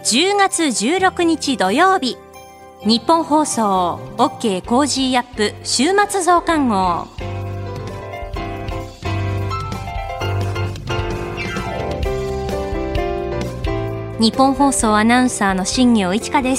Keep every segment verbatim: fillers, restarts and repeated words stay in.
じゅうがつじゅうろくにち土曜日、日本放送 OK コージーアップ週末増刊号。日本放送アナウンサーの新業一華です。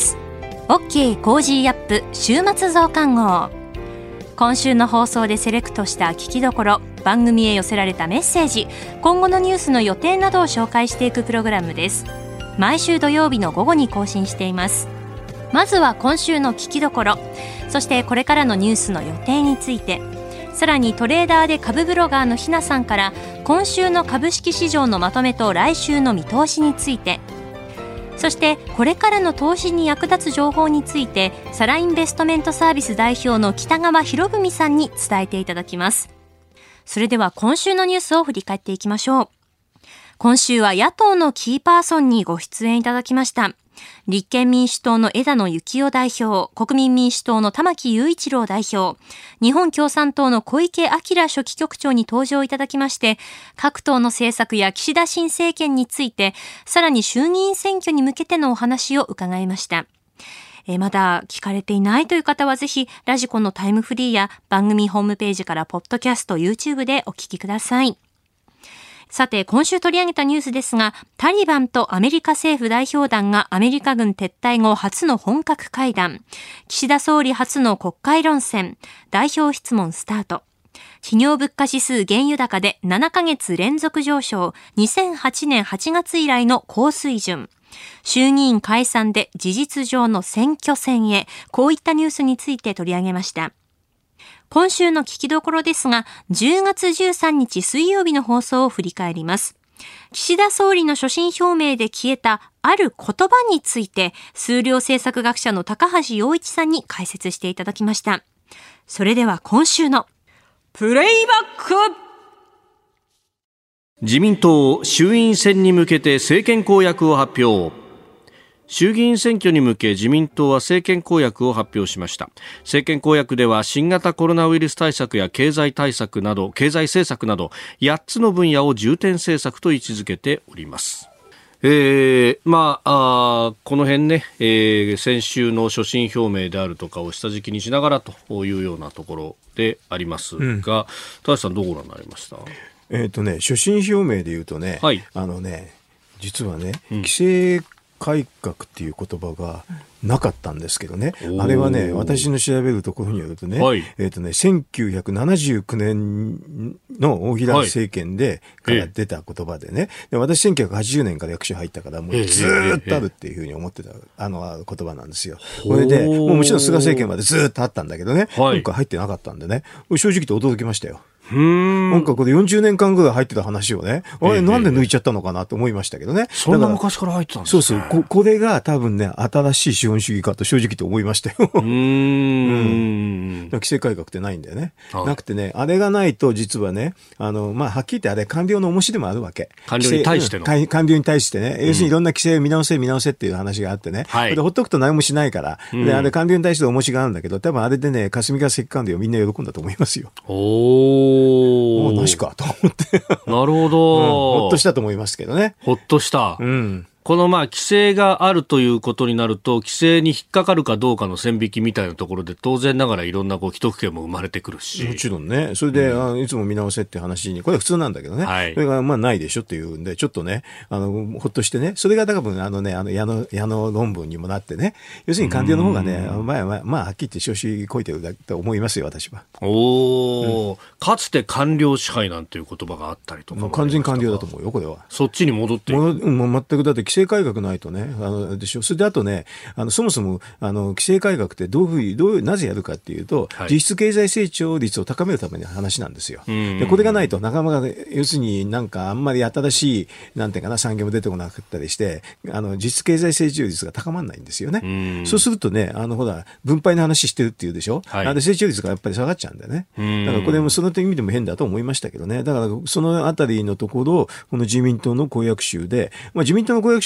OK コージーアップ週末増刊号。今週の放送でセレクトした聞きどころ、番組へ寄せられたメッセージ、今後のニュースの予定などを紹介していくプログラムです。毎週土曜日の午後に更新しています。まずは今週の聞きどころ、そしてこれからのニュースの予定について、さらにトレーダーで株ブロガーのひなさんから今週の株式市場のまとめと来週の見通しについて、そしてこれからの投資に役立つ情報について、サラインベストメントサービス代表の北川博文さんに伝えていただきます。それでは今週のニュースを振り返っていきましょう。今週は野党のキーパーソンにご出演いただきました。立憲民主党の枝野幸男代表、国民民主党の玉木雄一郎代表、日本共産党の小池晃書記局長に登場いただきまして、各党の政策や岸田新政権について、さらに衆議院選挙に向けてのお話を伺いました。えー、まだ聞かれていないという方はぜひラジコのタイムフリーや番組ホームページからポッドキャスト、YouTube でお聞きください。さて、今週取り上げたニュースですが、タリバンとアメリカ政府代表団がアメリカ軍撤退後初の本格会談、岸田総理初の国会論戦、代表質問スタート、企業物価指数原油高でななかげつ連続上昇、にせんはちねんはちがつ以来の高水準、衆議院解散で事実上の選挙戦へ、こういったニュースについて取り上げました。今週の聞きどころですが、じゅうがつじゅうさんにち水曜日の放送を振り返ります。岸田総理の所信表明で消えたある言葉について、数量政策学者の高橋洋一さんに解説していただきました。それでは今週のプレイバック。 自民党衆院選に向けて政権公約を発表。衆議院選挙に向け自民党は政権公約を発表しました。政権公約では新型コロナウイルス対策や経済対策など経済政策などやっつの分野を重点政策と位置づけております。えー、まあ、あこの辺ね、えー、先週の所信表明であるとかを下敷きにしながらというようなところでありますが、うん、高橋さんどうご覧になりました？ えーとね、所信表明で言うとね、はい、あのね実はね、うん、規制改革っていう言葉がなかったんですけどね、あれはね、私の調べるところによるとね、はい、えーとね、せんきゅうひゃくななじゅうきゅうねんの大平政権で、はい、から出た言葉でね、で私せんきゅうひゃくはちじゅうねんから役所入ったから、もうずーっとあるっていうふうに思ってた、あの言葉なんですよ。これで、もうもちろん菅政権までずーっとあったんだけどね、はい、今回入ってなかったんでね、正直と驚きましたよ。うーんなんかこれよんじゅうねんかんぐらい入ってた話をね、あれなんで抜いちゃったのかなと思いましたけどね。 そんな昔から入ってたんですか？ そうそう、こ、これが多分ね、新しい資本主義かと正直と思いましたよ。うーん、うん、規制改革ってないんだよね。なくてね、あれがないと実はね、あの、まあ、はっきり言ってあれ官僚の重しでもあるわけ。 官僚に対しての。 うん、官僚に対してね、要するにいろんな規制を見直せ見直せっていう話があってね、はい、でほっとくと何もしないから、うん、であれ官僚に対して重しがあるんだけど、多分あれでね、霞が関官僚みんな喜んだと思いますよ。 おー。 マジかと思ってなるほど、うん、 ほっとしたと思いますけどね。 ほっとした、うん、このまあ規制があるということになると、規制に引っかかるかどうかの線引きみたいなところで当然ながらいろんなこう既得権も生まれてくるし、 もちろんね、それで、うん、いつも見直せって話にこれは普通なんだけどね、はい、それがまあないでしょっていうんでちょっとね、あのほっとしてね、それが多分あのね、あの矢野矢野論文にもなってね、要するに官僚の方がね、まあまあまあはっきり言って調子こいてるだと思いますよ、私は。 おー、うん、かつて官僚支配なんていう言葉があったりとか、 もう完全官僚だと思うよ、これは。 そっちに戻っていく。 もう全くだって規制改革ないとね、あのでしょ。それであとね、あのそもそもあの規制改革ってどういうふうにどういうなぜやるかっていうと、はい、実質経済成長率を高めるための話なんですよ。でこれがないとなかなか、ね、要するになんかあんまり新しいなんていうかな産業も出てこなかったりして、あの実質経済成長率が高まらないんですよね。そうするとね、あのほら分配の話してるっていうでしょ。はい、あれ成長率がやっぱり下がっちゃうんだよね。だからこれもその意味でも変だと思いましたけどね。だからそのあたりのところ、この自民党の公約集で、まあ、自民党の公約集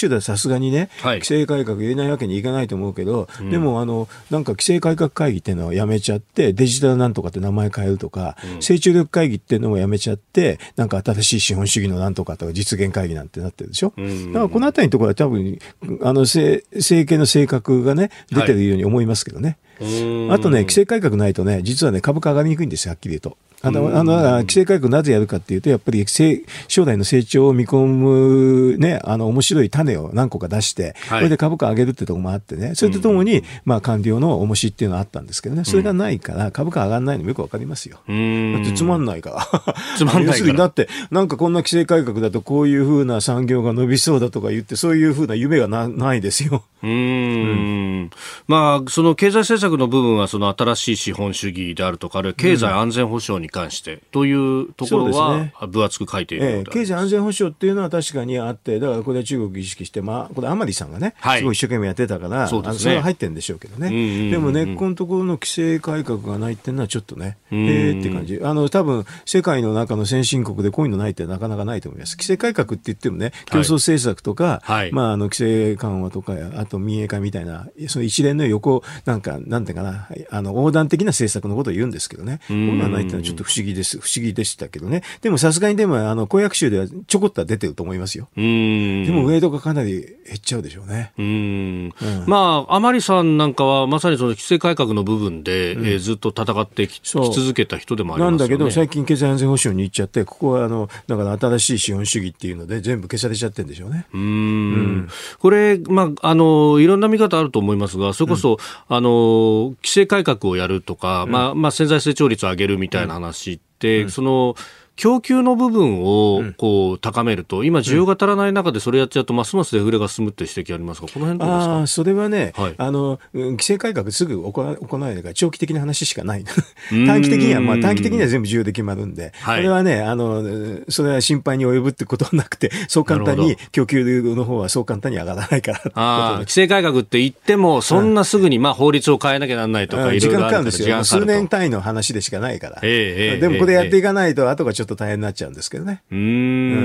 州ではさすがにね、はい、規制改革入れないわけにいかないと思うけど、うん、でもあのなんか規制改革会議っていうのをやめちゃってデジタルなんとかって名前変えるとか、うん、成長力会議っていうのもやめちゃってなんか新しい資本主義のなんとかとか実現会議なんてなってるでしょ、うん、だからこのあたりのところは多分あの政権の性格がね出てるように思いますけどね、はい、あとね規制改革ないとね実はね株価上がりにくいんですよはっきり言うと。あの、あの、規制改革なぜやるかっていうと、やっぱり将来の成長を見込むね、あの、面白い種を何個か出して、はい、それで株価上げるってところもあってね、それとともに、まあ、官僚の重しっていうのはあったんですけどね、それがないから、株価上がらないのもよくわかりますよ。だってつまんないから。 つまんないから。要するに、 だって、なんかこんな規制改革だと、こういうふうな産業が伸びそうだとか言って、そういうふうな夢が な, ないですよ。 うーん、うん、まあ、その経済政策の部分は、その新しい資本主義であるとか、あるいは経済安全保障に関して、といういうところは分厚く書いている、 ええ、経済安全保障っていうのは確かにあって、だからこれは中国意識して、まあ、これ甘利さんがね、はい、すごい一生懸命やってたから、そうですね、それは入ってるんでしょうけどね、うんうんうんうん、でも根っこのところの規制改革がないっていうのはちょっとね、うんうん、えーって感じ。あの多分世界の中の先進国でこういうのないってなかなかないと思います。規制改革って言ってもね、競争政策とか、はい、まあ、あの規制緩和とか、あと民営化みたいな、その一連の横なんかなんていうかな、あの横断的な政策のことを言うんですけどね、こういうのはないっていうのはちょっと不思議です。不思議でしたけどね。でもさすがにでもあの公約州ではちょこっとは出てると思いますよ。うーん、でもウェイトがかなり減っちゃうでしょうね。 うーん、うん、まあ甘利さんなんかはまさにその規制改革の部分で、うん、えー、ずっと戦ってき続けた人でもありますよね。 なんだけど最近経済安全保障に行っちゃって、ここはあのだから新しい資本主義っていうので全部消されちゃってるんでしょうね。うーん、 うん、これ、まあ、あのいろんな見方あると思いますが、それこそ、うん、あの規制改革をやるとか、うん、まあまあ、潜在成長率を上げるみたいな話って、うん、その供給の部分をこう高めると、今需要が足らない中でそれやっちゃうとますますデフレが進むって指摘ありますが、この辺どうですか？ あ、それはね、はい、あの規制改革すぐ行わないから長期的な話しかない短期的には、まあ、短期的には全部需要で決まるんで、はい、これはね、あのそれは心配に及ぶってことはなくて、そう簡単に供給の方はそう簡単に上がらないからあ規制改革って言ってもそんなすぐに、まあ、法律を変えなきゃならないとか、いろいろあるから時間かかるんですよ。 数年単位の話でしかないから、えーえー、でもこれやっていかないと後がちょっと大変になっちゃうんですけどね。うーん、うん、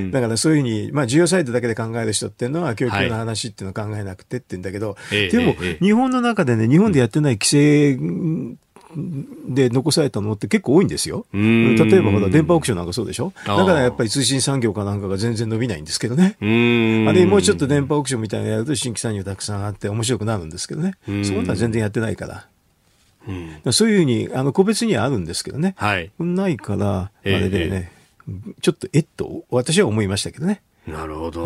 だからそういうふうに、まあ、需要サイドだけで考える人っていうのは供給の話っていうのを考えなくてって言うんだけど、はい、でも、ええ、日本の中でね、日本でやってない規制で残されたのって結構多いんですよ。例えばほら電波オークションなんかそうでしょ。だからやっぱり通信産業かなんかが全然伸びないんですけどね。うーん、あれもうちょっと電波オークションみたいなのやると新規産業たくさんあって面白くなるんですけどね。そういうのは全然やってないから。うん、そういうふうにあの個別にはあるんですけどね。はい、ないからあれでね、えー、ちょっとえっと私は思いましたけどね。 なるほど、 うん、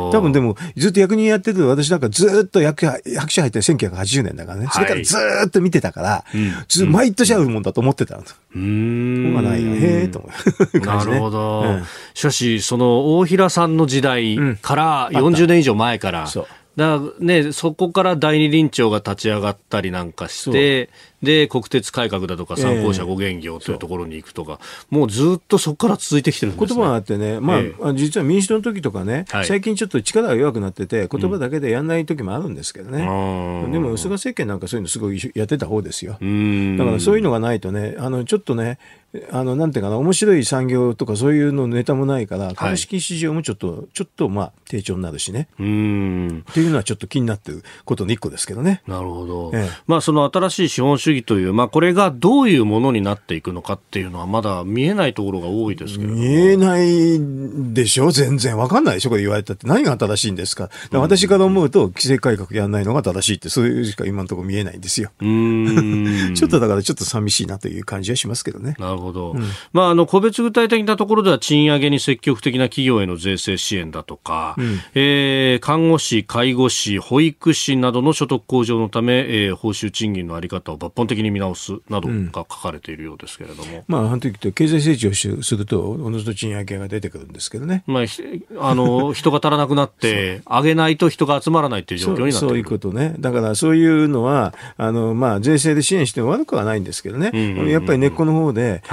多分でもずっと役人やってて、私なんかずっと役役所入ってせんきゅうひゃくはちじゅうねんだからね、はい、それからずっと見てたから、うん、ず毎年会うもんだと思ってたんです。うーん、そうがないよ、へーと思う、ね、 なるほど、うん、しかしその大平さんの時代からよんじゅうねん以上前から、うん、そうだね、そこから第二臨調が立ち上がったりなんかして、で国鉄改革だとか三公社五元業というところに行くとか、えー、もうずっとそこから続いてきてるんですね。 言葉があってね、まあ、えー、実は民主党の時とかね、はい、最近ちょっと力が弱くなってて言葉だけでやんない時もあるんですけどね、うん、でも菅政権なんかそういうのすごいやってた方ですよ。うんだからそういうのがないとね、あのちょっとね、あのなんていうかな、面白い産業とかそういうのネタもないから、株式市場もちょっと、はい、ちょっとまあ低調になるしね、うんっていうのはちょっと気になってることの一個ですけどね。 なるほど、ええ、まあその新しい資本主義という、まあこれがどういうものになっていくのかっていうのはまだ見えないところが多いですけど、 見えないでしょ、全然わかんないでしょ、これ言われたって何が正しいんですか。だから私から思うと規制改革やらないのが正しいって、そういうしか今のところ見えないんですよ。うーんちょっとだからちょっと寂しいなという感じはしますけどね。 なるほど、うん、まああの個別具体的なところでは賃上げに積極的な企業への税制支援だとか、うん、えー、看護師、介護士、保育士などの所得向上のため、えー、報酬賃金の在り方を抜本的に見直すなどが書かれているようですけれども、うん、 まあ、あの時と経済成長するとおのずと賃上げが出てくるんですけどね、 まあ、あの人が足らなくなって上げないと人が集まらないという状況になってくる。 そう、そういうことね。だからそういうのはあの、まあ、税制で支援しても悪くはないんですけどね、うんうんうんうん、やっぱり根っこの方で、はい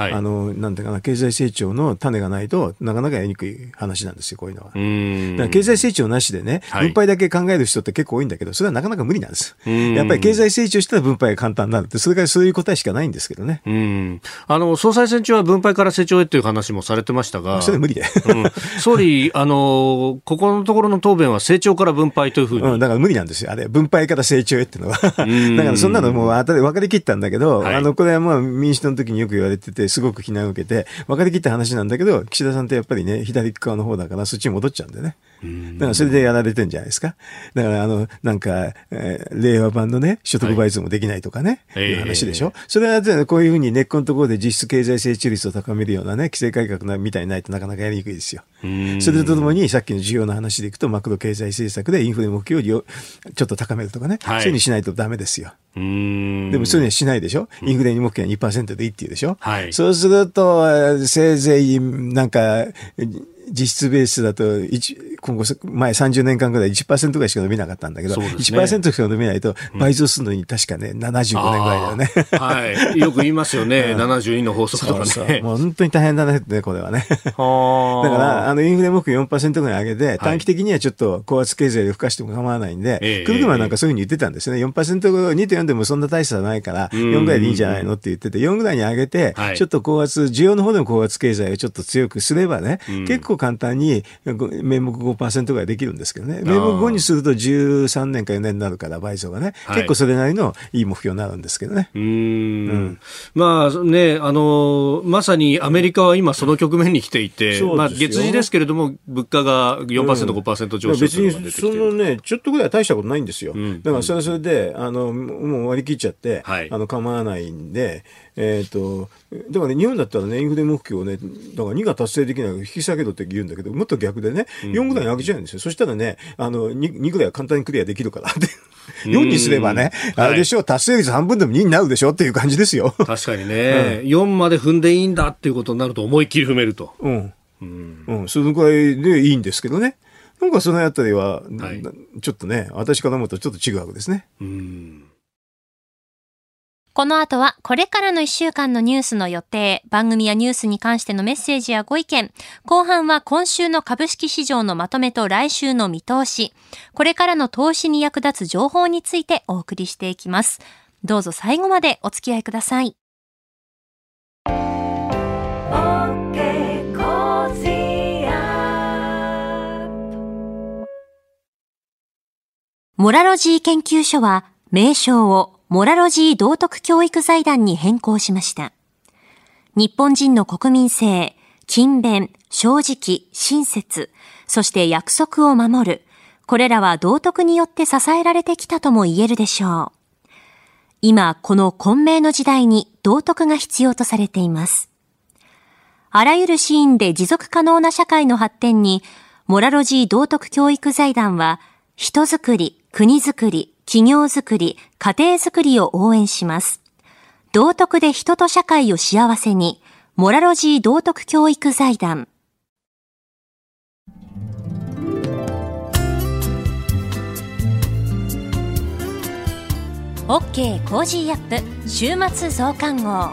はい、あのなんていうかな、経済成長の種がないとなかなかやりにくい話なんですよ、こういうのは。うんだから経済成長なしでね、分配だけ考える人って結構多いんだけど、それはなかなか無理なんです。やっぱり経済成長したら分配が簡単になるって、それからそういう答えしかないんですけどね。 うんあの総裁選中は分配から成長へという話もされてましたが、 それは無理で、 うん、総理あのここのところの答弁は成長から分配というふうに、 うん、だから無理なんですよ、あれ分配から成長へっていうのはだからそんなのもう後で分かりきったんだけど、はい、あのこれはまあ民主党の時によく言われててすごく非難を受けて分かりきった話なんだけど、岸田さんってやっぱりね左側の方だからそっちに戻っちゃうんだよね。だからそれでやられてんじゃないですか。だからあのなんか、えー、令和版のね所得倍増もできないとかね、はい、いう話でしょ、えー、それはこういうふうに根っこのところで実質経済成長率を高めるようなね規制改革みたいにないとなかなかやりにくいですよ。それとともにさっきの需要の話でいくとマクロ経済政策でインフレ目標をちょっと高めるとかね、はい、そういうふうにしないとダメですよ。うーんでもそういうのはしないでしょ。インフレ目標は にパーセント でいいっていうでしょ、はい、そうするとせいぜいなんか実質ベースだと今後前さんじゅうねんかんぐらい いちパーセント ぐらいしか伸びなかったんだけど、ね、いちパーセント しか伸びないと倍増するのに確かね、うん、ななじゅうごねんぐらいだよね、 はい、よく言いますよね、うん、ななじゅうにの法則とかね。 そうそうもう本当に大変だねってねこれはねだからあのインフレ目標 よんパーセント ぐらい上げて短期的にはちょっと高圧経済で付加しても構わないんで、はい、クルグマンなんかそういうふうに言ってたんですよね。 よんパーセント、にてんよん でもそんな大差ないからよんぐらいでいいんじゃないのって言ってて、よんぐらいに上げて、はい、ちょっと高圧需要の方でも高圧経済をちょっと強くすればね、うん、結構簡単に名目 ごパーセント ぐらいできるんですけどね。名目ごにするとじゅうさんねんかよねんになるから倍増がね、はい、結構それなりのいい目標になるんですけどね。うーん、 うん、まあね、あのまさにアメリカは今その局面に来ていて、うんまあ、月次ですけれども物価が よんパーセント、うん、ごパーセント 上昇するのが出てきてる。 別にそのねちょっとぐらいは大したことないんですよ、うん、だからそれはそれであのもう割り切っちゃって、はい、あの構わないんで、えーと、だからね日本だったらねインフレ目標をねだからにが達成できないから引き下げろって言うんだけど、もっと逆でねよんぐらいに上げちゃうんですよ、うん、そしたらねあの 2, にぐらいは簡単にクリアできるからよんにすればねあれでしょ、はい、達成率半分でもにになるでしょっていう感じですよ。 確かにね、うん、よんまで踏んでいいんだっていうことになると思いっきり踏めると、うんうんうん、そのくらいでいいんですけどね。なんかそのあたりは、はい、ちょっとね私から思うとちょっと違うわけですね。うんこの後はこれからのいっしゅうかんのニュースの予定、番組やニュースに関してのメッセージやご意見、後半は今週の株式市場のまとめと来週の見通し、これからの投資に役立つ情報についてお送りしていきます。どうぞ最後までお付き合いください。モラロジー研究所は名称をモラロジー道徳教育財団に変更しました。日本人の国民性、勤勉、正直、親切、そして約束を守る。これらは道徳によって支えられてきたとも言えるでしょう。今、この混迷の時代に道徳が必要とされています。あらゆるシーンで持続可能な社会の発展に、モラロジー道徳教育財団は、人づくり、国づくり、企業づくり、家庭づくりを応援します。道徳で人と社会を幸せに、モラロジー道徳教育財団。OK コージーアップ週末増刊号。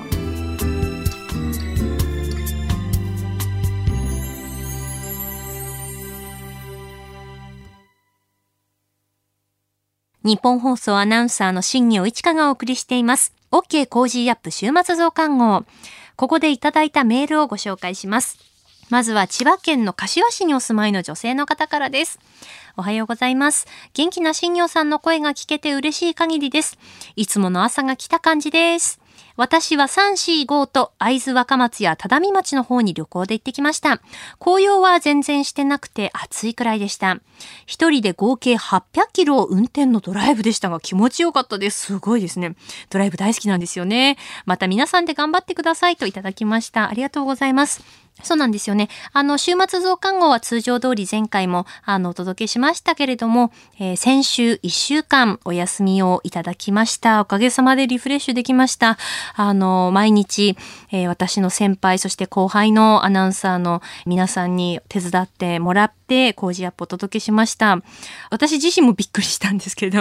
日本放送アナウンサーの新業一華がお送りしています。OK コージーアップ週末増刊号。ここでいただいたメールをご紹介します。まずは千葉県の柏市にお住まいの女性の方からです。おはようございます。元気な新業さんの声が聞けて嬉しい限りです。いつもの朝が来た感じです。私はさん、し、ごと会津若松や只見町の方に旅行で行ってきました。紅葉は全然してなくて暑いくらいでした。一人で合計はっぴゃくキロを運転のドライブでしたが気持ちよかったです。すごいですね。ドライブ大好きなんですよね。また皆さんで頑張ってくださいといただきました。ありがとうございます。そうなんですよね。あの、週末増刊号は通常通り前回もあのお届けしましたけれども、えー、先週いっしゅうかんお休みをいただきました。おかげさまでリフレッシュできました。あの、毎日、えー、私の先輩、そして後輩のアナウンサーの皆さんに手伝ってもらって、コージーアップをお届けしました。私自身もびっくりしたんですけど、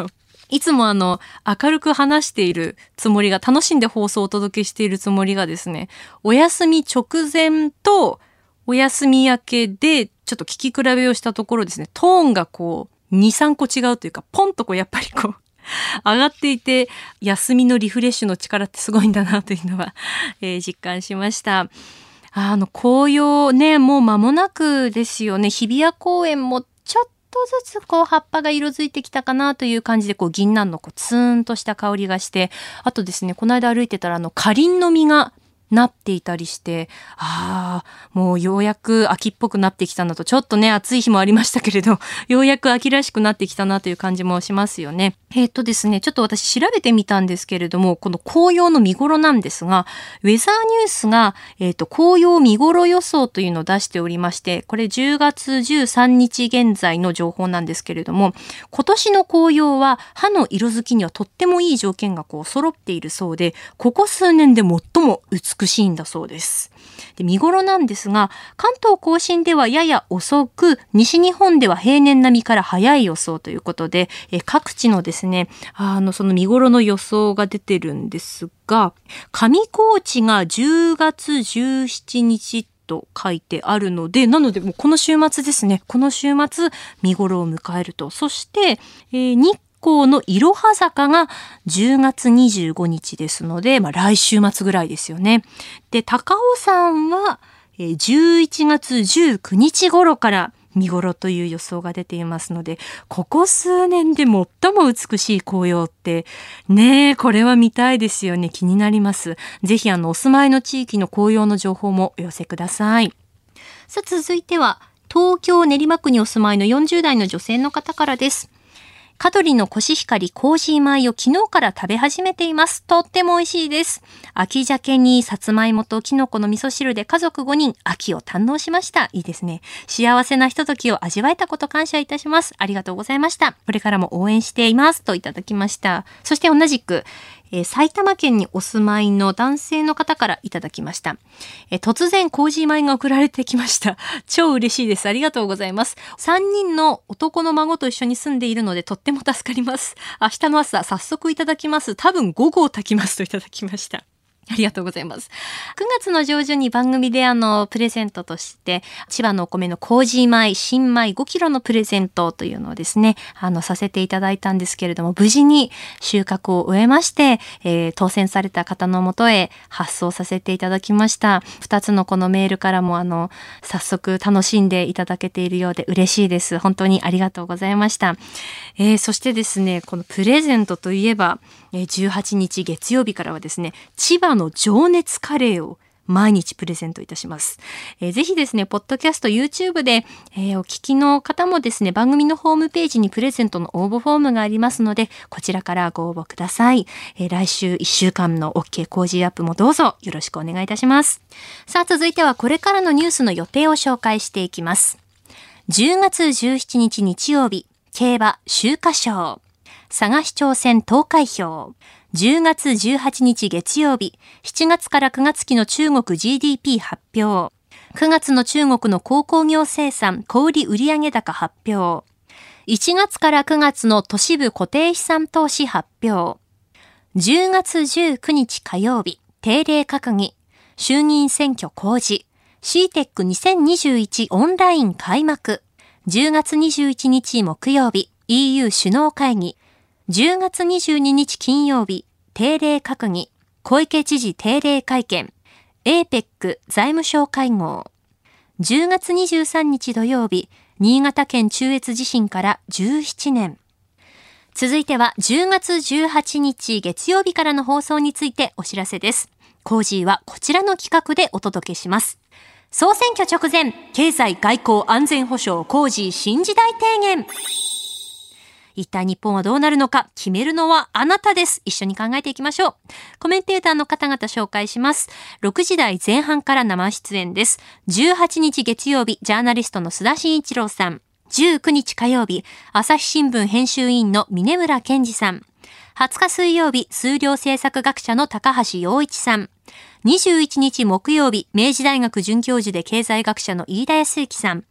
いつもあの、明るく話しているつもりが、楽しんで放送をお届けしているつもりがですね、お休み直前とお休み明けで、ちょっと聞き比べをしたところですね、トーンがこう、に、さんこ違うというか、ポンとこう、やっぱりこう、上がっていて、休みのリフレッシュの力ってすごいんだなというのは、えー、実感しました。あの、紅葉ね、もう間もなくですよね。日比谷公園もちょっとずつこう葉っぱが色づいてきたかなという感じで、こう銀杏のこうツーンとした香りがして、あとですね、この間歩いてたらあの、かりんの実がなっていたりして、ああ、もうようやく秋っぽくなってきたなと、ちょっとね、暑い日もありましたけれど、ようやく秋らしくなってきたなという感じもしますよね。えっとですね、ちょっと私調べてみたんですけれども、この紅葉の見頃なんですが、ウェザーニュースが、えっと、紅葉見頃予想というのを出しておりまして、これじゅうがつじゅうさんにち現在の情報なんですけれども、今年の紅葉は葉の色づきにはとってもいい条件がこう揃っているそうで、ここ数年で最も美しいんだそうです。で、見頃なんですが、関東甲信ではやや遅く、西日本では平年並みから早い予想ということで、え各地のですね、あの、その見頃の予想が出てるんですが、上高地がじゅうがつじゅうしちにちと書いてあるので、なのでもうこの週末ですね、この週末見頃を迎えると。そして、えー、日光のいろは坂がじゅうがつにじゅうごにちですので、まあ、来週末ぐらいですよね。で、高尾山はじゅういちがつじゅうくにち頃から見頃という予想が出ていますので、ここ数年で最も美しい紅葉ってねえ、これは見たいですよね。気になります。ぜひあのお住まいの地域の紅葉の情報もお寄せください。さあ、続いては東京練馬区にお住まいのよんじゅうだいの女性の方からです。香取のコシヒカリコージー米を昨日から食べ始めています。とっても美味しいです。秋鮭にさつまいもときのこの味噌汁で家族ごにん、秋を堪能しました。いいですね。幸せなひとときを味わえたこと感謝いたします。ありがとうございました。これからも応援しています。といただきました。そして同じく、えー、埼玉県にお住まいの男性の方からいただきました。えー、突然コージー米が送られてきました。超嬉しいです。ありがとうございます。さんにんの男の孫と一緒に住んでいるのでとっても助かります。明日の朝早速いただきます。多分ごごう炊きますといただきました。ありがとうございます。くがつの上旬に番組であの、プレゼントとして、千葉のお米のコージー米、新米ごキロのプレゼントというのをですね、あの、させていただいたんですけれども、無事に収穫を終えまして、えー、当選された方のもとへ発送させていただきました。二つのこのメールからもあの、早速楽しんでいただけているようで嬉しいです。本当にありがとうございました。えー、そしてですね、このプレゼントといえば、じゅうはちにち月曜日からはですね、千葉の情熱カレーを毎日プレゼントいたします。えー、ぜひですね、ポッドキャスト、YouTube で、えー、お聞きの方もですね、番組のホームページにプレゼントの応募フォームがありますので、こちらからご応募ください。えー、来週いっしゅうかんの OK コージーアップもどうぞよろしくお願いいたします。さあ、続いてはこれからのニュースの予定を紹介していきます。じゅうがつじゅうしちにち日曜日、競馬秋華賞。佐賀市長選投開票。じゅうがつじゅうはちにち月曜日、しちがつからくがつ期の中国 ジーディーピー 発表。くがつの中国の鉱工業生産小売売上高発表。いちがつからくがつの都市部固定資産投資発表。じゅうがつじゅうくにち火曜日、定例閣議。衆議院選挙公示。シーテックにせんにじゅういち オンライン開幕。じゅうがつにじゅういちにち木曜日、イーユー 首脳会議。じゅうがつにじゅうににち金曜日、定例閣議、小池知事定例会見、エーペック 財務省会合。じゅうがつにじゅうさんにち土曜日、新潟県中越地震からじゅうななねん。続いてはじゅうがつじゅうはちにち月曜日からの放送についてお知らせです。コージーはこちらの企画でお届けします。総選挙直前、経済外交安全保障コージー新時代提言。一体日本はどうなるのか決めるのはあなたです。一緒に考えていきましょう。コメンテーターの方々紹介します。ろくじ台前半から生出演です。じゅうはちにち月曜日、ジャーナリストの須田慎一郎さん。じゅうくにち火曜日、朝日新聞編集委員の峯村健二さん。はつか水曜日、数量政策学者の高橋洋一さん。にじゅういちにち木曜日、明治大学准教授で経済学者の飯田康之さん。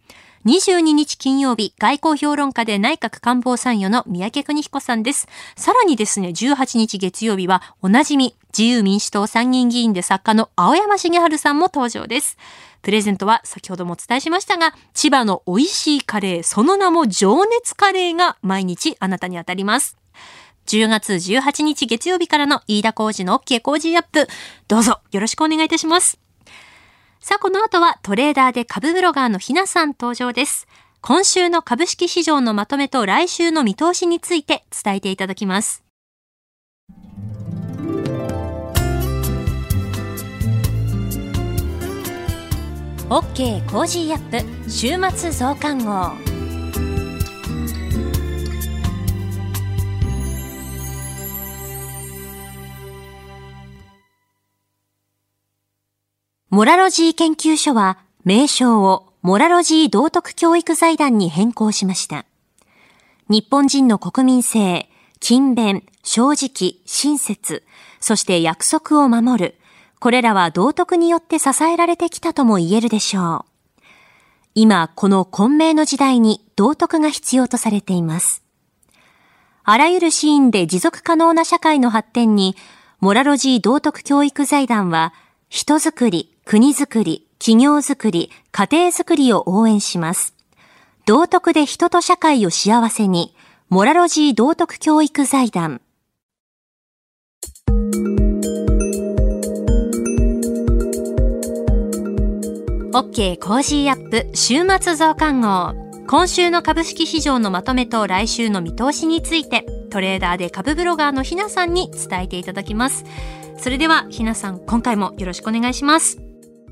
にじゅうににち金曜日、外交評論家で内閣官房参与の三宅邦彦さんです。さらにですね、じゅうはちにち月曜日はおなじみ自由民主党参議院議員で作家の青山茂春さんも登場です。プレゼントは先ほどもお伝えしましたが、千葉の美味しいカレー、その名も情熱カレーが毎日あなたに当たります。じゅうがつじゅうはちにち月曜日からの飯田浩司の OK 工事アップ、どうぞよろしくお願いいたします。さあ、この後はトレーダーで株ブロガーのひなさん登場です。今週の株式市場のまとめと来週の見通しについて伝えていただきます。OK コージーアップ週末増刊号。モラロジー研究所は名称をモラロジー道徳教育財団に変更しました。日本人の国民性、勤勉、正直、親切、そして約束を守る。これらは道徳によって支えられてきたとも言えるでしょう。今、この混迷の時代に道徳が必要とされています。あらゆるシーンで持続可能な社会の発展に、モラロジー道徳教育財団は、人づくり、国づくり、企業づくり、家庭づくりを応援します。道徳で人と社会を幸せに、モラロジー道徳教育財団。OK コージーアップ週末増刊号。今週の株式市場のまとめと来週の見通しについて、トレーダーで株ブロガーのひなさんに伝えていただきます。それではひなさん、今回もよろしくお願いします。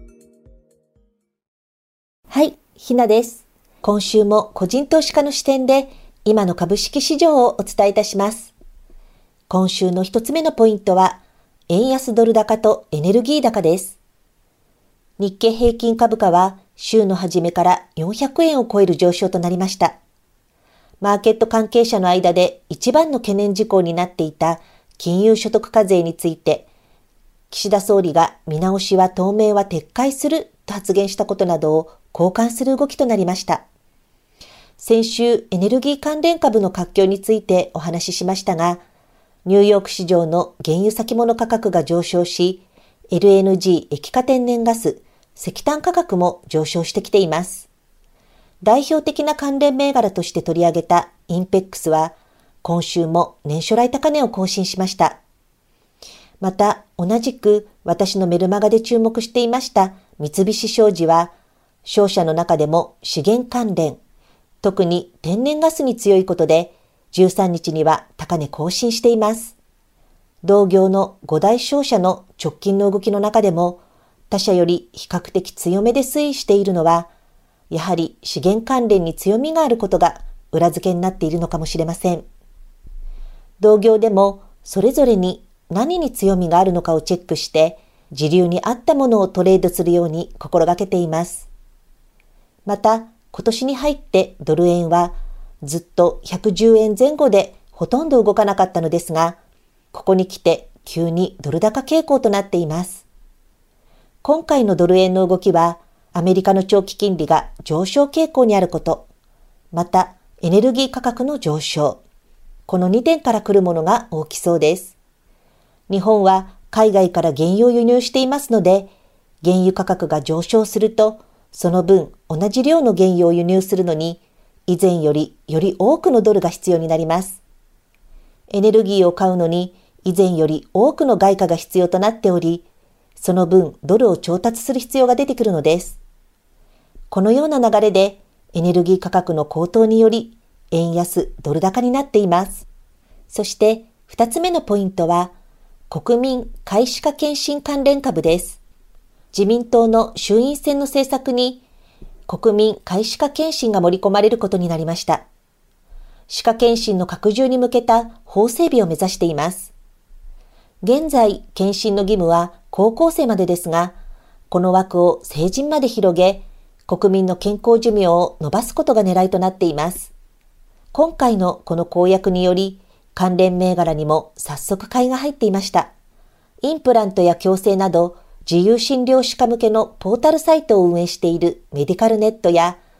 はい、ひなです。今週も個人投資家の視点で今の株式市場をお伝えいたします。今週の一つ目のポイントは、円安ドル高とエネルギー高です。日経平均株価は週の初めからよんひゃくえんを超える上昇となりました。マーケット関係者の間で一番の懸念事項になっていた金融所得課税について、岸田総理が見直しは当面は撤回すると発言したことなどを交換する動きとなりました。先週、エネルギー関連株の活況についてお話ししましたが、ニューヨーク市場の原油先物価格が上昇し、エルエヌジー 液化天然ガス、石炭価格も上昇してきています。代表的な関連銘柄として取り上げたインペックスは、今週も年初来高値を更新しました。また、同じく私のメルマガで注目していました三菱商事は、商社の中でも資源関連、特に天然ガスに強いことで、じゅうさんにちには高値更新しています。同業のご大商社の直近の動きの中でも、他社より比較的強めで推移しているのは、やはり資源関連に強みがあることが裏付けになっているのかもしれません。同業でもそれぞれに何に強みがあるのかをチェックして、時流に合ったものをトレードするように心がけています。また、今年に入ってドル円はずっとひゃくじゅうえんぜん後でほとんど動かなかったのですが、ここに来て急にドル高傾向となっています。今回のドル円の動きは、アメリカの長期金利が上昇傾向にあること、またエネルギー価格の上昇、このにてんから来るものが大きそうです。日本は海外から原油を輸入していますので、原油価格が上昇すると、その分同じ量の原油を輸入するのに、以前よりより多くのドルが必要になります。エネルギーを買うのに、以前より多くの外貨が必要となっており、その分ドルを調達する必要が出てくるのです。このような流れでエネルギー価格の高騰により円安ドル高になっています。そして二つ目のポイントは国民皆歯科検診関連株です。自民党の衆院選の政策に国民皆歯科検診が盛り込まれることになりました。歯科検診の拡充に向けた法整備を目指しています。現在、検診の義務は高校生までですが、この枠を成人まで広げ、国民の健康寿命を伸ばすことが狙いとなっています。今回のこの公約により、関連銘柄にも早速買いが入っていました。インプラントや矯正など、自由診療歯科向けのポータルサイトを運営しているメディカルネットや、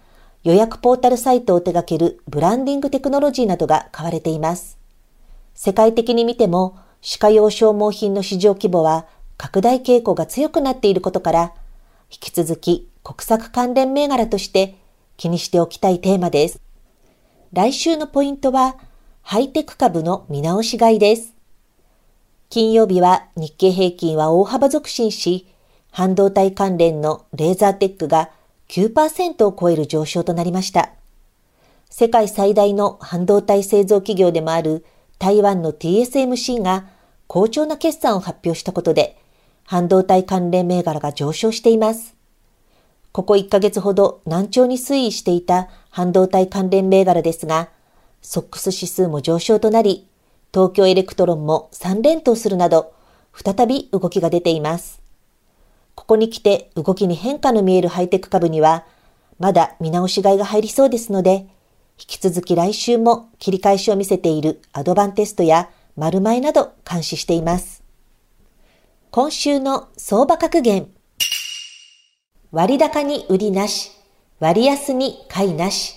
予約ポータルサイトを手掛けるブランディングテクノロジーなどが買われています。世界的に見ても、歯科用消耗品の市場規模は拡大傾向が強くなっていることから、引き続き国策関連銘柄として気にしておきたいテーマです。来週のポイントは、ハイテク株の見直し買いです。金曜日は日経平均は大幅続伸し、半導体関連のレーザーテックが きゅうパーセント を超える上昇となりました。世界最大の半導体製造企業でもある台湾の ティーエスエムシー が好調な決算を発表したことで、半導体関連銘柄が上昇しています。ここいっかげつほど軟調に推移していた半導体関連銘柄ですが、ソックス指数も上昇となり、東京エレクトロンもさん連投するなど、再び動きが出ています。ここに来て動きに変化の見えるハイテク株には、まだ見直し買いが入りそうですので、引き続き来週も切り返しを見せているアドバンテストやマルマイなど監視しています。今週の相場格言。割高に売りなし、割安に買いなし。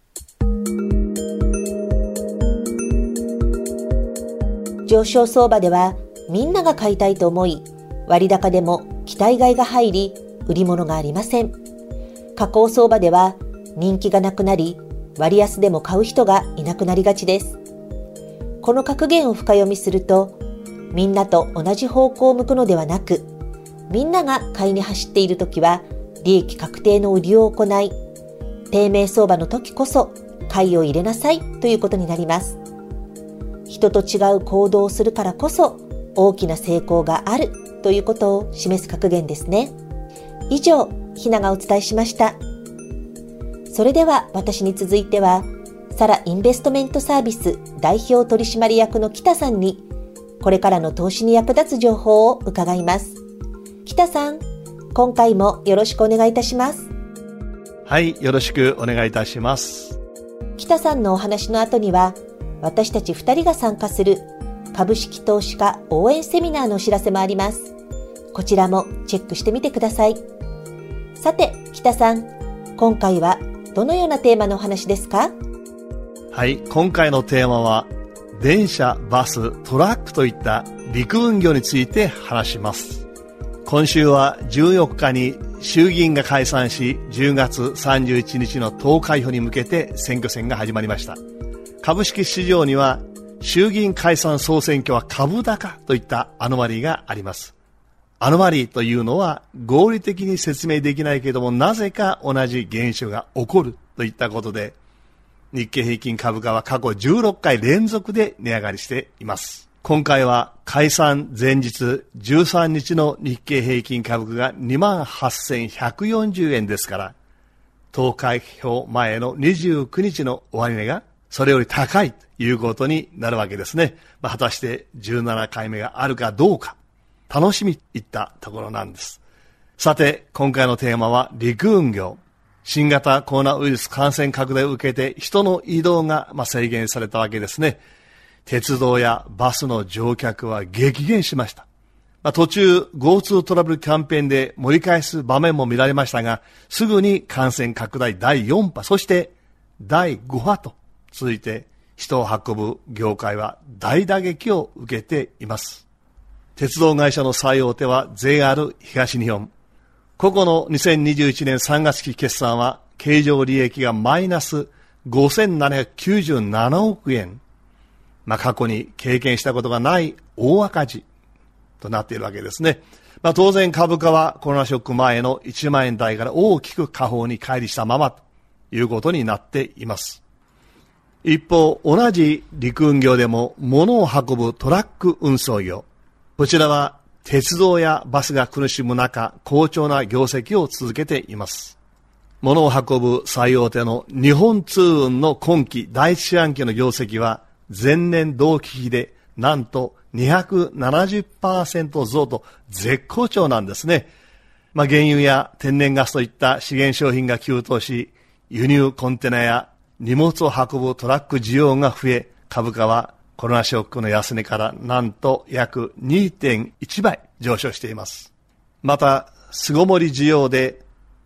上昇相場ではみんなが買いたいと思い、割高でも期待買いが入り、売り物がありません。下降相場では人気がなくなり、割安でも買う人がいなくなりがちです。この格言を深読みすると、みんなと同じ方向を向くのではなく、みんなが買いに走っているときは利益確定の売りを行い、低迷相場の時こそ買いを入れなさいということになります。人と違う行動をするからこそ大きな成功があるということを示す格言ですね。以上、ひながお伝えしました。それでは私に続いては、サラインベストメントサービス代表取締役の北さんに、これからの投資に役立つ情報を伺います。北さん、今回もよろしくお願いいたします。 はい、よろしくお願いいたします。 北さんのお話の後には、私たちふたりが参加する株式投資家応援セミナーのお知らせもあります。こちらもチェックしてみてください。さて、北さん、今回はどのようなテーマのお話ですか？ はい、今回のテーマは、電車、バス、トラックといった陸運業について話します。今週はじゅうよっかに衆議院が解散し、じゅうがつさんじゅういちにちの投開票に向けて選挙戦が始まりました。株式市場には衆議院解散総選挙は株高といったアノマリーがあります。アノマリーというのは合理的に説明できないけれども、なぜか同じ現象が起こるといったことで、日経平均株価は過去じゅうろっかい連続で値上がりしています。今回は解散前日じゅうさんにちの日経平均株価が にまんはっせんひゃくよんじゅうえんですから、投開票前のにじゅうくにちの終値がそれより高いということになるわけですね。まあ、果たしてじゅうななかいめがあるかどうか、楽しみといったところなんです。さて、今回のテーマは陸運業。新型コロナウイルス感染拡大を受けて人の移動がまあ制限されたわけですね。鉄道やバスの乗客は激減しました。まあ、途中 GoTo トラベルキャンペーンで盛り返す場面も見られましたが、すぐに感染拡大だいよんぱ、そしてだいごはと続いて人を運ぶ業界は大打撃を受けています。鉄道会社の最大手は ジェイアール 東日本。個々のにせんにじゅういちねんさんがつ期決算は経常利益がマイナスごせんななひゃくきゅうじゅうななおくえん。まあ、過去に経験したことがない大赤字となっているわけですね。まあ、当然株価はコロナショック前のいちまんえん台から大きく下方に乖離したままということになっています。一方、同じ陸運業でも物を運ぶトラック運送業。こちらは鉄道やバスが苦しむ中、好調な業績を続けています。物を運ぶ最大手の日本通運の今期第一四半期の業績は前年同期比でなんと にひゃくななじゅっパーセント 増と絶好調なんですね。まあ、原油や天然ガスといった資源商品が急騰し、輸入コンテナや荷物を運ぶトラック需要が増え、株価はコロナショックの安値からなんと約 にてんいちばい上昇しています。また、巣ごもり需要で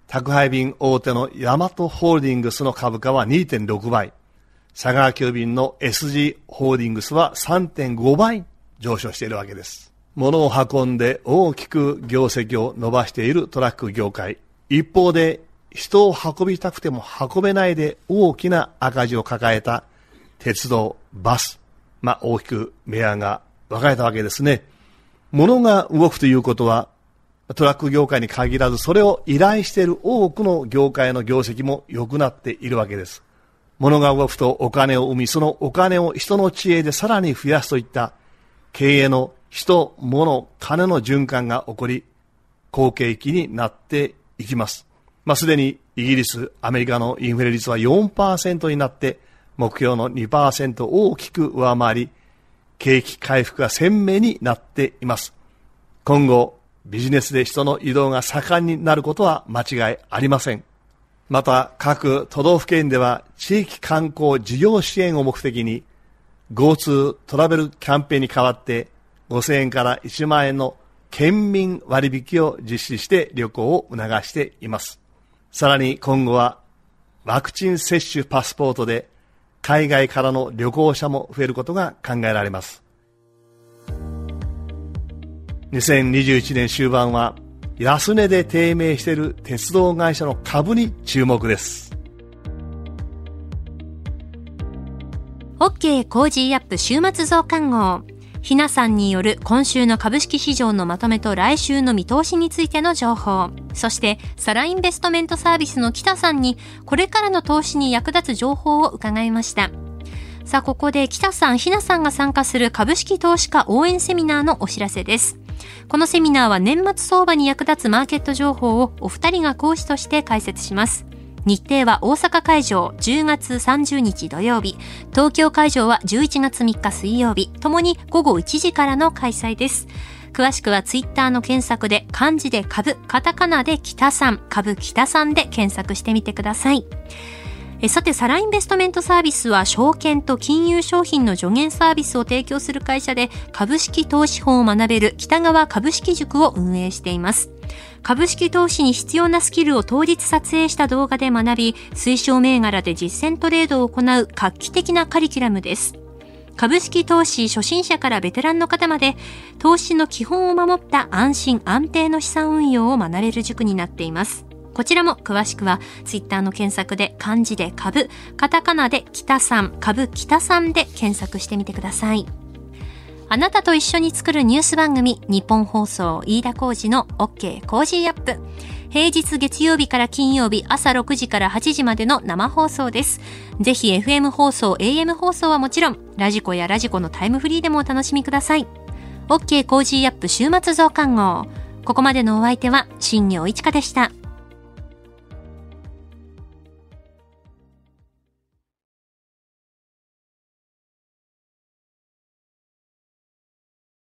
宅配便大手のヤマトホールディングスの株価は にてんろくばい、佐川急便の エスジー ホールディングスは さんてんごばい上昇しているわけです。物を運んで大きく業績を伸ばしているトラック業界。一方で人を運びたくても運べないで大きな赤字を抱えた鉄道、バス。まあ大きく明暗が分かれたわけですね。物が動くということはトラック業界に限らずそれを依頼している多くの業界の業績も良くなっているわけです。物が動くとお金を生み、そのお金を人の知恵でさらに増やすといった経営の人、物、金の循環が起こり、好景気になっていきます。まあ、すでにイギリス、アメリカのインフレ率は よんパーセント になって、目標の にパーセント を大きく上回り、景気回復が鮮明になっています。今後、ビジネスで人の移動が盛んになることは間違いありません。また、各都道府県では地域観光事業支援を目的に、GoTo トラベルキャンペーンに代わってごせんえんからいちまんえんの県民割引を実施して旅行を促しています。さらに今後はワクチン接種パスポートで海外からの旅行者も増えることが考えられます。にせんにじゅういちねん終盤は安値で低迷している鉄道会社の株に注目です。 OK コージーアップ週末増刊号。ひなさんによる今週の株式市場のまとめと来週の見通しについての情報。そしてサラインベストメントサービスの北さんにこれからの投資に役立つ情報を伺いました。さあここで北さん、ひなさんが参加する株式投資家応援セミナーのお知らせです。このセミナーは年末相場に役立つマーケット情報をお二人が講師として解説します。日程は大阪会場じゅうがつさんじゅうにち土曜日、東京会場はじゅういちがつみっか水曜日、ともにごごいちじからの開催です。詳しくはツイッターの検索で漢字で株、カタカナで北さん、株北さんで検索してみてください。えさて、サラインベストメントサービスは証券と金融商品の助言サービスを提供する会社で株式投資法を学べる北川株式塾を運営しています。株式投資に必要なスキルを当日撮影した動画で学び、推奨銘柄で実践トレードを行う画期的なカリキュラムです。株式投資初心者からベテランの方まで、投資の基本を守った安心安定の資産運用を学べる塾になっています。こちらも詳しくはツイッターの検索で漢字で株、カタカナで北さん、株北さんで検索してみてください。あなたと一緒に作るニュース番組、日本放送飯田浩司の OK コージーアップ。平日月曜日から金曜日朝ろくじからはちじまでの生放送です。ぜひ エフエム 放送、エーエム 放送はもちろん、ラジコやラジコのタイムフリーでもお楽しみください。OK コージーアップ週末増刊号。ここまでのお相手は新業一華でした。